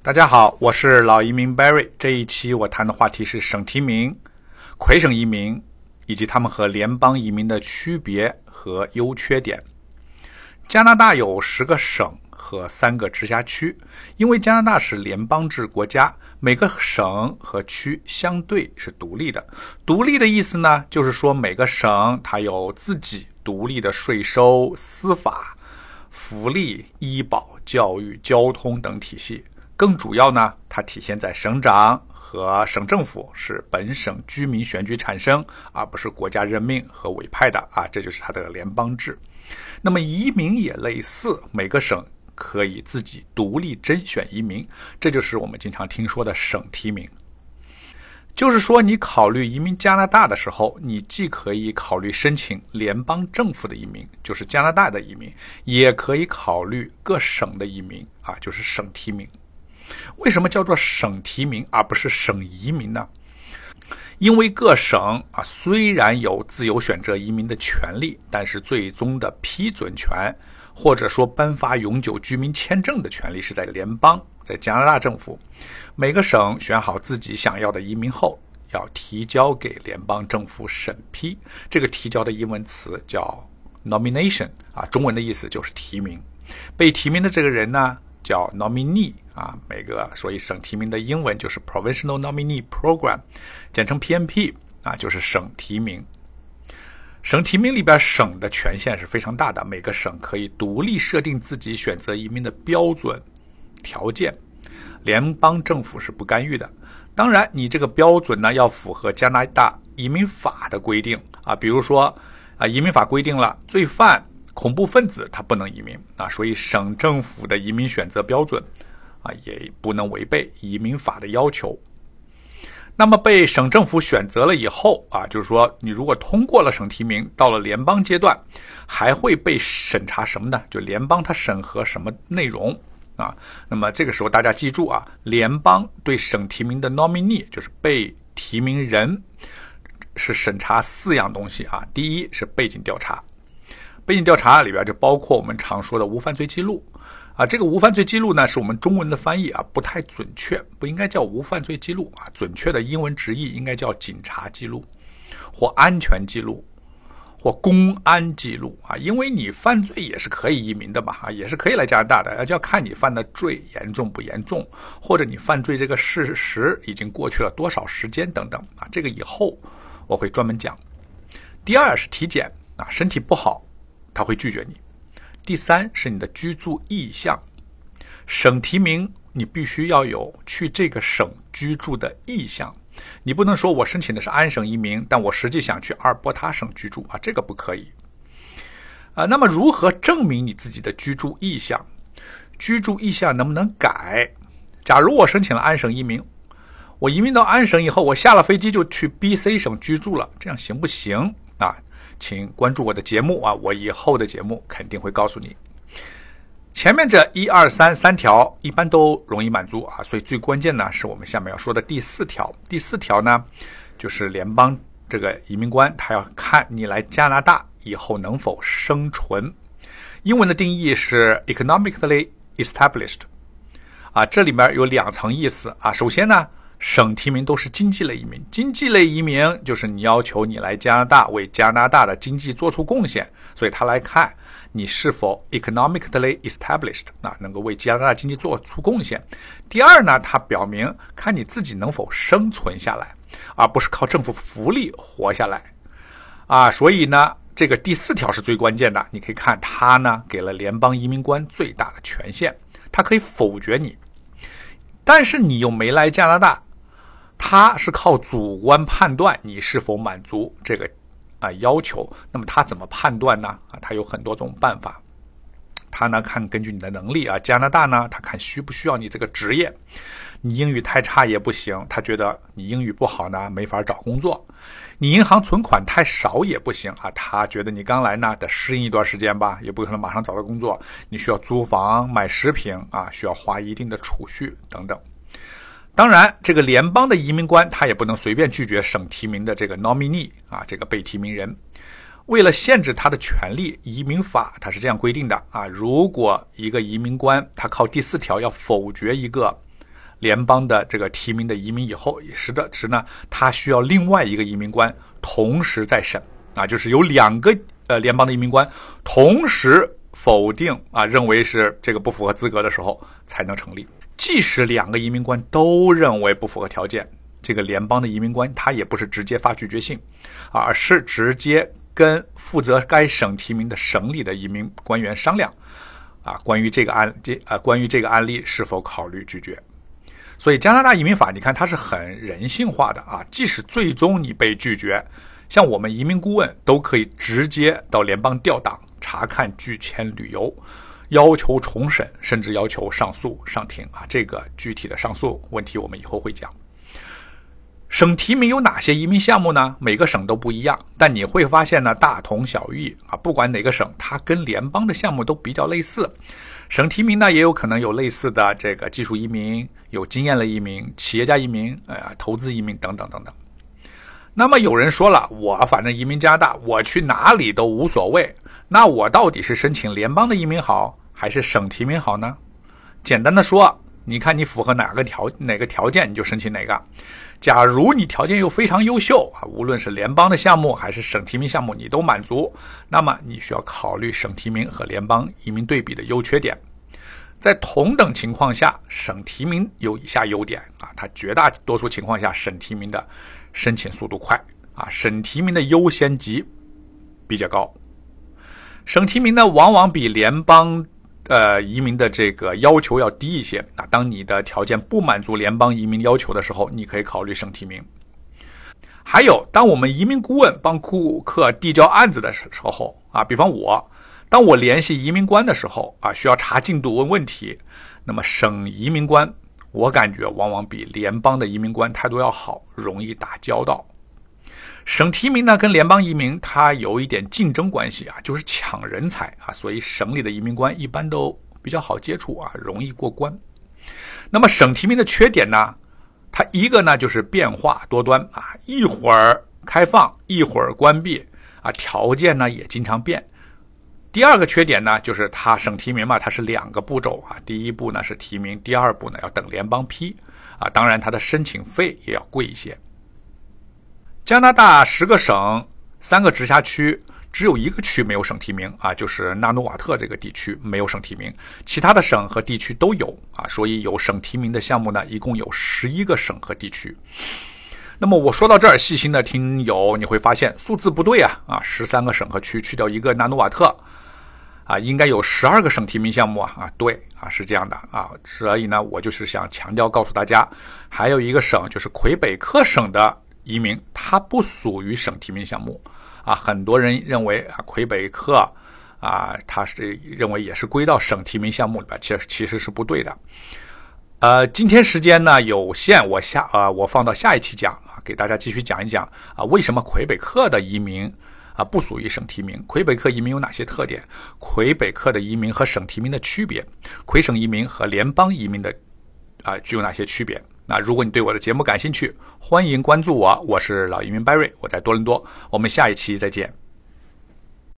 大家好，我是老移民 Barry。这一期我谈的话题是省提名、魁省移民以及他们和联邦移民的区别和优缺点。加拿大有10个省和3个直辖区，因为加拿大是联邦制国家，每个省和区相对是独立的。独立的意思呢，就是说每个省它有自己独立的税收、司法、福利、医保、教育、交通等体系。更主要呢，它体现在省长和省政府是本省居民选举产生，而不是国家任命和委派的这就是它的联邦制。那么移民也类似，每个省可以自己独立甄选移民，这就是我们经常听说的省提名。就是说你考虑移民加拿大的时候，你既可以考虑申请联邦政府的移民，就是加拿大的移民，也可以考虑各省的移民就是省提名。为什么叫做省提名而不是省移民呢？因为各省虽然有自由选择移民的权利，但是最终的批准权或者说颁发永久居民签证的权利是在联邦，在加拿大政府。每个省选好自己想要的移民后，要提交给联邦政府审批。这个提交的英文词叫 nomination 中文的意思就是提名。被提名的这个人呢叫 nominee所以省提名的英文就是 Provincial Nominee Program， 简称 PNP 就是省提名。省提名里边省的权限是非常大的，每个省可以独立设定自己选择移民的标准条件，联邦政府是不干预的。当然你这个标准呢要符合加拿大移民法的规定比如说移民法规定了罪犯、恐怖分子他不能移民所以省政府的移民选择标准也不能违背移民法的要求。那么被省政府选择了以后就是说你如果通过了省提名，到了联邦阶段还会被审查什么呢？就联邦它审核什么内容那么这个时候大家记住联邦对省提名的 nominee 就是被提名人是审查4样东西第一是背景调查。背景调查里边就包括我们常说的无犯罪记录这个无犯罪记录呢是我们中文的翻译不太准确，不应该叫无犯罪记录准确的英文直译应该叫警察记录或安全记录或公安记录因为你犯罪也是可以移民的嘛也是可以来加拿大的，就要看你犯的罪严重不严重，或者你犯罪这个事实已经过去了多少时间等等这个以后我会专门讲。第二是体检身体不好他会拒绝你。第3是你的居住意向，省提名你必须要有去这个省居住的意向，你不能说我申请的是安省移民，但我实际想去阿尔伯塔省居住这个不可以那么如何证明你自己的居住意向？居住意向能不能改？假如我申请了安省移民，我移民到安省以后，我下了飞机就去 BC 省居住了，这样行不行请关注我的节目我以后的节目肯定会告诉你。前面这1、2、3条一般都容易满足所以最关键呢是我们下面要说的第4条。第4条呢就是联邦这个移民官他要看你来加拿大以后能否生存。英文的定义是 economically established 这里面有2层意思首先呢省提名都是经济类移民，经济类移民就是你要求你来加拿大为加拿大的经济做出贡献，所以他来看你是否 economically established 能够为加拿大经济做出贡献。第2呢，他表明看你自己能否生存下来，而不是靠政府福利活下来所以呢这个第4条是最关键的。你可以看他呢给了联邦移民官最大的权限，他可以否决你，但是你又没来加拿大，他是靠主观判断你是否满足这个要求。那么他怎么判断呢他有很多种办法。他呢看根据你的能力加拿大呢他看需不需要你这个职业，你英语太差也不行，他觉得你英语不好呢没法找工作。你银行存款太少也不行他觉得你刚来呢得适应一段时间吧，也不可能马上找到工作，你需要租房买食品需要花一定的储蓄等等。当然这个联邦的移民官他也不能随便拒绝省提名的这个 nominee 这个被提名人。为了限制他的权利，移民法它是这样规定的如果一个移民官他靠第4条要否决一个联邦的这个提名的移民以后，使得呢，他需要另外一个移民官同时在审啊，就是有2个联邦的移民官同时否定啊，认为是这个不符合资格的时候才能成立。即使2个移民官都认为不符合条件，这个联邦的移民官他也不是直接发拒绝信，而是直接跟负责该省提名的省里的移民官员商量啊，关于这个案例是否考虑拒绝。所以加拿大移民法你看它是很人性化的啊，即使最终你被拒绝，像我们移民顾问都可以直接到联邦调档查看拒签旅游，要求重审，甚至要求上诉上庭啊。这个具体的上诉问题我们以后会讲。省提名有哪些移民项目呢？每个省都不一样，但你会发现呢，大同小异啊。不管哪个省，它跟联邦的项目都比较类似。省提名呢，也有可能有类似的这个技术移民、有经验类移民、企业家移民、投资移民等等等等。那么有人说了，我反正移民加拿大，我去哪里都无所谓。那我到底是申请联邦的移民好，还是省提名好呢？简单的说，你看你符合哪个条件，你就申请哪个。假如你条件又非常优秀啊，无论是联邦的项目还是省提名项目你都满足，那么你需要考虑省提名和联邦移民对比的优缺点。在同等情况下，省提名有以下优点啊，它绝大多数情况下省提名的申请速度快啊，省提名的优先级比较高。省提名呢，往往比联邦移民的这个要求要低一些啊。当你的条件不满足联邦移民要求的时候，你可以考虑省提名。还有，当我们移民顾问帮顾客递交案子的时候啊，比方当我联系移民官的时候啊，需要查进度问问题，那么省移民官我感觉往往比联邦的移民官态度要好，容易打交道。省提名呢，跟联邦移民它有一点竞争关系啊，就是抢人才啊，所以省里的移民官一般都比较好接触啊，容易过关。那么省提名的缺点呢，它一个呢就是变化多端啊，一会儿开放，一会儿关闭啊，条件呢也经常变。第二个缺点呢，就是它省提名嘛，它是2个步骤啊，第一步呢是提名，第二步呢要等联邦批啊，当然它的申请费也要贵一些。加拿大10个省3个直辖区，只有1个区没有省提名啊，就是纳努瓦特这个地区没有省提名，其他的省和地区都有啊，所以有省提名的项目呢，一共有11个省和地区。那么我说到这儿，细心的听友你会发现数字不对啊，13个省和区去掉1个纳努瓦特啊，应该有12个省提名项目啊，对啊，是这样的啊，所以呢，我就是想强调告诉大家，还有一个省就是魁北克省的移民，它不属于省提名项目啊，很多人认为啊，魁北克啊，它是认为也是归到省提名项目里边，其实是不对的。今天时间呢有限，我放到下一期讲啊，给大家继续讲一讲啊，为什么魁北克的移民啊不属于省提名？魁北克移民有哪些特点？魁北克的移民和省提名的区别？魁省移民和联邦移民的具有哪些区别？那如果你对我的节目感兴趣，欢迎关注我，我是老移民 Barry， 我在多伦多，我们下一期再见。